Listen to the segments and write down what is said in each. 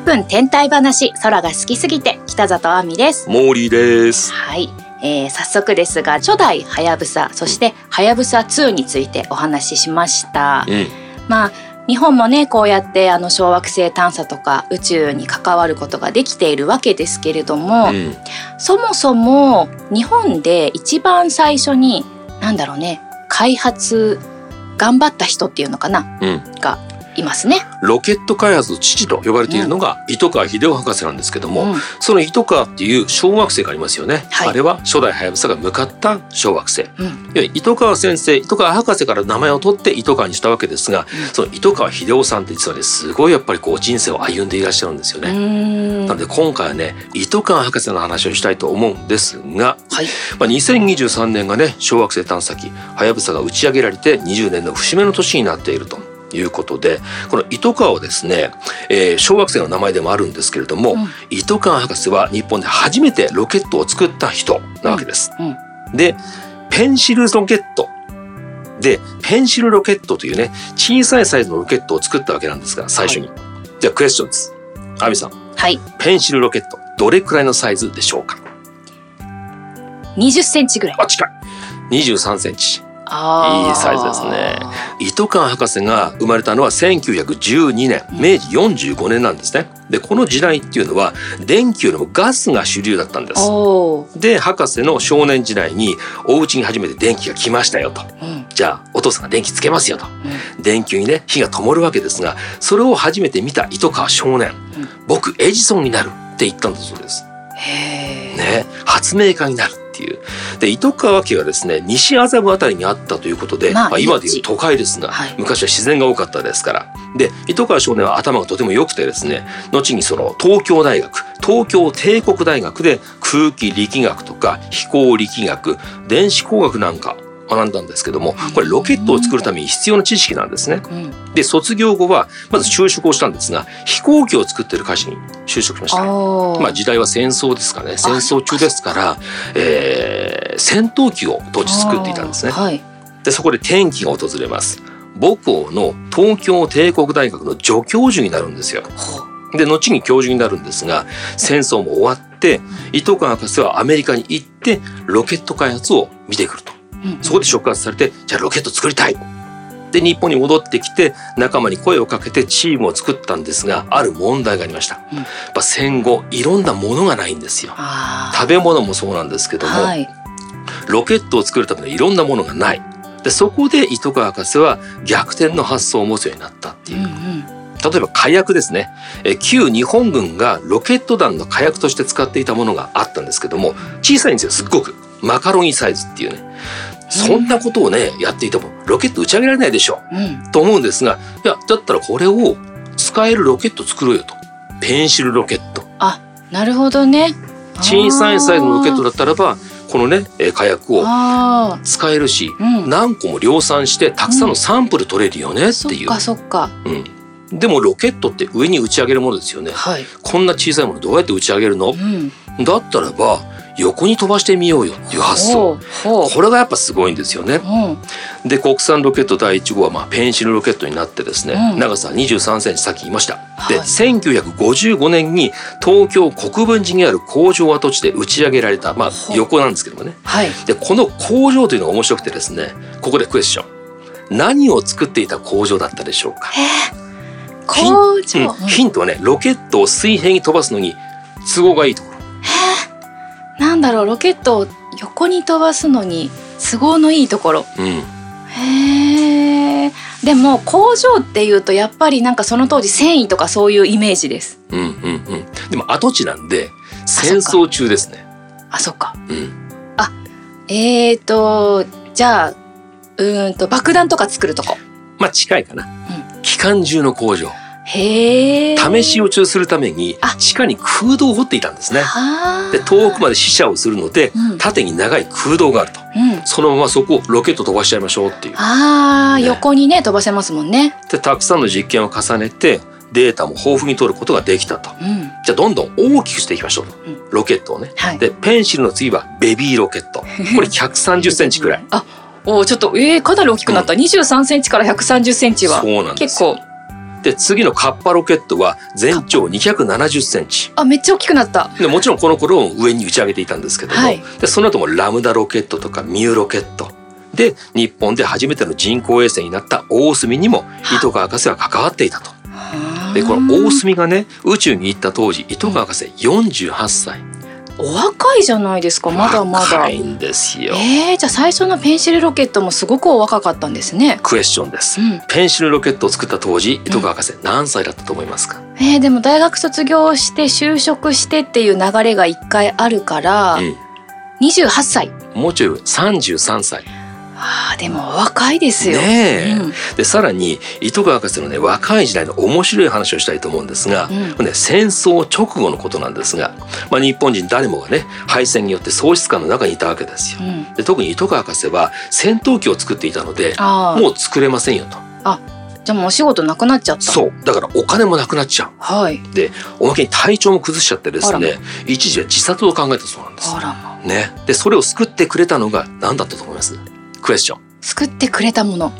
分天体話、空が好きすぎて、北里亜美です。 モーリーです。 はい、早速ですが、初代はやぶさ、そしてはやぶさ2についてお話ししました。日本もね、こうやって小惑星探査とか宇宙に関わることができているわけですけれども、そもそも日本で一番最初に開発頑張った人っていうのかな、がいますね。 ロケット開発の父と呼ばれているのが糸川英夫博士なんですけども、その糸川っていう小惑星がありますよね、あれは初代はやぶさが向かった小惑星、糸川先生、糸川博士から名前を取って糸川にしたわけですが、その糸川英夫さんって実はね、すごいやっぱり人生を歩んでいらっしゃるんですよね。なので今回はね、糸川博士の話をしたいと思うんですが、2023年がね、小惑星探査機はやぶさが打ち上げられて20年の節目の年になっているということで、この糸川はですね、小惑星の名前でもあるんですけれども、糸川博士は日本で初めてロケットを作った人なわけです。で、ペンシルロケットで、ペンシルロケットというね、小さいサイズのロケットを作ったわけなんですが、最初に。じゃあクエスチョンです。亜美さん。ペンシルロケット、どれくらいのサイズでしょうか ？20センチぐらい。 近い。23センチ。いいサイズですね。糸川博士が生まれたのは1912年、明治45年なんですね。で、この時代っていうのは電気よりもガスが主流だったんです。で、博士の少年時代にお家に初めて電気が来ましたよと、じゃあお父さんが電気つけますよと、電球にね、火が灯るわけですが、それを初めて見た糸川少年、僕エジソンになるって言ったんだそうです。ね、発明家になるっていう。で、糸川家はですね、西麻布あたりにあったということで、今でいう都会ですが、昔は自然が多かったですから。で、糸川少年は頭がとても良くてですね、後にその東京大学、東京帝国大学で空気力学とか飛行力学、電子工学なんか学んだんですけども、これロケットを作るために必要な知識なんですね。で、卒業後はまず就職をしたんですが、飛行機を作っている会社に就職しました。時代は戦争ですかね、戦争中ですから、戦闘機を当時作っていたんですね。で、そこで転機が訪れます。母校の東京帝国大学の助教授になるんですよ。で、後に教授になるんですが、戦争も終わって糸川博士はアメリカに行ってロケット開発を見てくると。そこで触発されて、じゃあロケット作りたい。で、日本に戻ってきて仲間に声をかけてチームを作ったんですが、ある問題がありました。やっぱ戦後いろんなものがないんですよ。食べ物もそうなんですけども、ロケットを作るためのいろんなものがない。で、そこで糸川博士は逆転の発想を持つようになったっていう。例えば火薬ですね。旧日本軍がロケット弾の火薬として使っていたものがあったんですけども、小さいんですよ、すっごく。マカロニサイズっていうね。そんなことをね、やっていてもロケット打ち上げられないでしょ、と思うんですが、いや、だったらこれを使えるロケット作ろうよと。ペンシルロケット。 なるほどね。 小さいサイズのロケットだったらば、このね、火薬を使えるし、何個も量産してたくさんのサンプル取れるよねっていう。 そっか。 でもロケットって上に打ち上げるものですよね。こんな小さいものどうやって打ち上げるの？だったらば横に飛ばしてみようよっていう発想。これがやっぱすごいんですよね。で、国産ロケット第1号はペンシルロケットになってですね、長さ23センチ、さっき言いました。で、1955年に東京国分寺にある工場跡地で打ち上げられた、横なんですけどもね。で、この工場というのが面白くてですね、ここでクエスチョン。何を作っていた工場だったでしょうか？ 工場。 ヒントはね、ロケットを水平に飛ばすのに都合がいいところ。 なんだろう、ロケットを横に飛ばすのに都合のいいところ。でも工場っていうとやっぱりその当時繊維とかそういうイメージです。 でも跡地なんで戦争中ですね。 そっか。じゃあ爆弾とか作るとこ。 近いかな。機関銃の工場。 試し撃ちをするために地下に空洞を掘っていたんですね。で、遠くまで試射をするので、縦に長い空洞があると、そのままそこをロケット飛ばしちゃいましょうっていう。 横にね飛ばせますもんね。 で、たくさんの実験を重ねてデータも豊富に取ることができたと、じゃあどんどん大きくしていきましょうと、ロケットをね。で、ペンシルの次はベビーロケット。これ130センチくらい。 ちょっとかなり大きくなった。23センチから130センチはそうなんです。 結構で次のカッパロケットは全長270センチ。 めっちゃ大きくなった。 でもちろんこの頃上に打ち上げていたんですけども、でその後もラムダロケットとかミューロケットで日本で初めての人工衛星になった大隅にも糸川博士は関わっていたと。でこの大隅がね宇宙に行った当時糸川博士48歳。 お若いじゃないですか。まだまだ若いんですよ。 じゃあ最初のペンシルロケットもすごくお若かったんですね。 クエスチョンです、ペンシルロケットを作った当時糸川博士何歳だったと思いますか？ でも大学卒業して就職してっていう流れが一回あるから、28歳。 もうちょい33歳。 でも若いですよ。 でさらに糸川博士のね若い時代の面白い話をしたいと思うんですが、戦争直後のことなんですが、日本人誰もがね敗戦によって喪失感の中にいたわけですよ。で特に糸川博士は戦闘機を作っていたのでもう作れませんよと。 じゃあもうお仕事なくなっちゃった。 そうだからお金もなくなっちゃう。でおまけに体調も崩しちゃってですね一時は自殺を考えたそうなんです。でそれを救ってくれたのが何だったと思います？クエスチョン。 救ってくれたもの。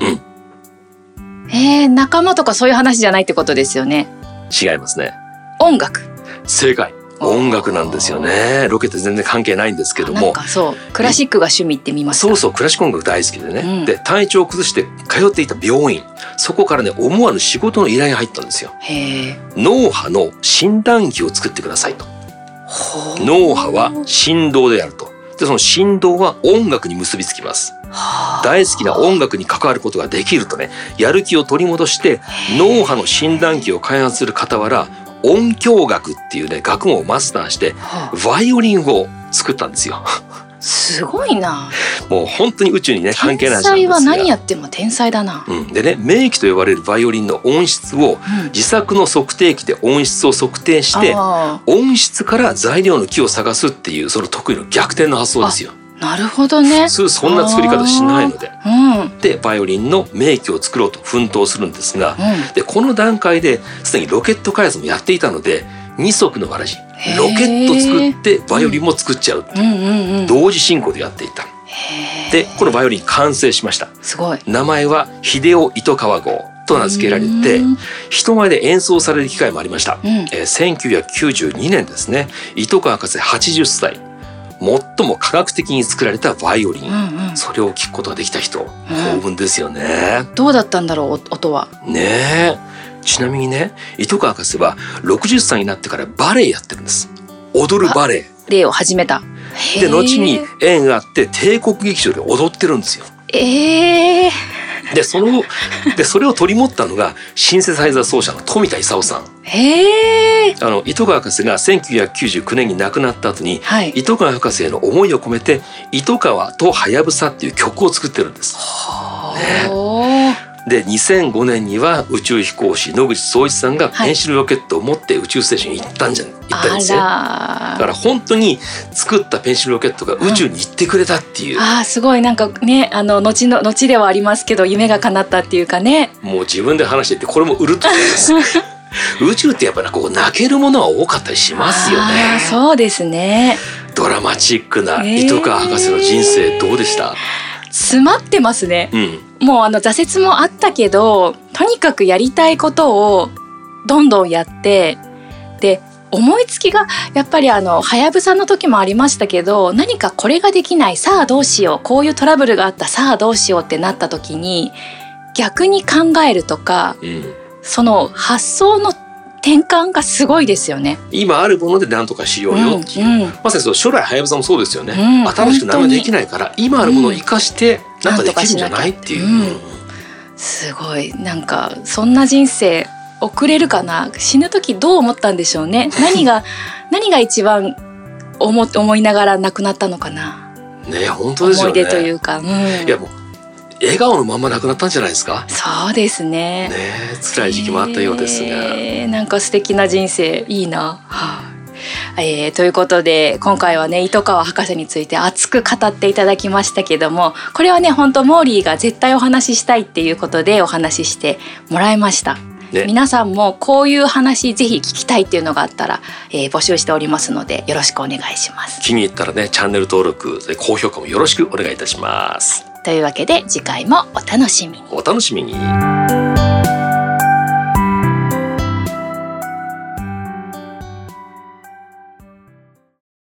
仲間とかそういう話じゃないってことですよね。 違いますね。 音楽。 正解。音楽なんですよね。ロケって全然関係ないんですけども。 クラシックが趣味って見ました。 そうクラシック音楽大好きでね、で体調を崩して通っていた病院、そこからね思わぬ仕事の依頼が入ったんですよ。脳波の診断機を作ってくださいと。脳波は振動であると。でその振動は音楽に結びつきます。大好きな音楽に関わることができるとねやる気を取り戻して脳波の診断機を開発する傍ら音響学っていうね学問をマスターしてバイオリンを作ったんですよ。 すごいな。 もう本当に宇宙にね関係ない話なんですが、 天才は何やっても天才だな。 でね名機と呼ばれるバイオリンの音質を自作の測定器で音質を測定して音質から材料の木を探すっていうその得意の逆転の発想ですよ。 なるほどね。 普通そんな作り方しないので、でバイオリンの名機を作ろうと奮闘するんですが、でこの段階ですでにロケット開発もやっていたので二足のわらじロケット作ってバイオリンも作っちゃうっていう同時進行でやっていた。でこのバイオリン完成しました。 すごい。 名前は秀夫糸川号と名付けられて人前で演奏される機会もありました。1992年ですね。糸川博士80歳。最も科学的に作られたバイオリン、それを聴くことができた人、幸運ですよね。 どうだったんだろう音は。 ちなみにね糸川博士は60歳になってからバレエやってるんです。踊るバレエ。 例を始めた。 で後に縁があって帝国劇場で踊ってるんですよ。でそれを取り持ったのがシンセサイザー奏者の富田勲さん。糸川博士が1999年に亡くなった後に、糸川博士への思いを込めて糸川とはやぶさっていう曲を作ってるんです。で2005年には宇宙飛行士野口聡一さんがペンシルロケットを持って宇宙ステーションに行ったんですよ。だから本当に作ったペンシルロケットが宇宙に行ってくれたっていう、 すごいなんかね後ではありますけど夢が叶ったっていうかね。 もう自分で話していてこれもうるっときます宇宙ってやっぱりこう泣けるものは多かったりしますよね。 そうですね。 ドラマチックな糸川博士の人生どうでした？ 詰まってますね。もう挫折もあったけどとにかくやりたいことをどんどんやってで思いつきがやっぱりはやぶさの時もありましたけど何かこれができないさあどうしようこういうトラブルがあったさあどうしようってなった時に逆に考えるとか、その発想の転換がすごいですよね。 今あるもので何とかしようよっていう、まさにそう将来はやぶさもそうですよね。新しく何もできないから今あるものを生かして何かできるんじゃないっていう、 すごいなんかそんな人生送れるかな。死ぬ時どう思ったんでしょうね。何が一番思いながら亡くなったのかな。 本当ですよね。 思い出というか、 いやもう笑顔のまま亡くなったんじゃないですか。 そうですね。 辛い時期もあったようですが、 なんか素敵な人生いいな。ということで今回はね糸川博士について熱く語っていただきましたけども、これはね本当モーリーが絶対お話ししたいっていうことでお話ししてもらいました。皆さんもこういう話ぜひ聞きたいっていうのがあったら、募集しておりますのでよろしくお願いします。 気に入ったらねチャンネル登録高評価もよろしくお願いいたします。 というわけで次回もお楽しみに。 お楽しみに。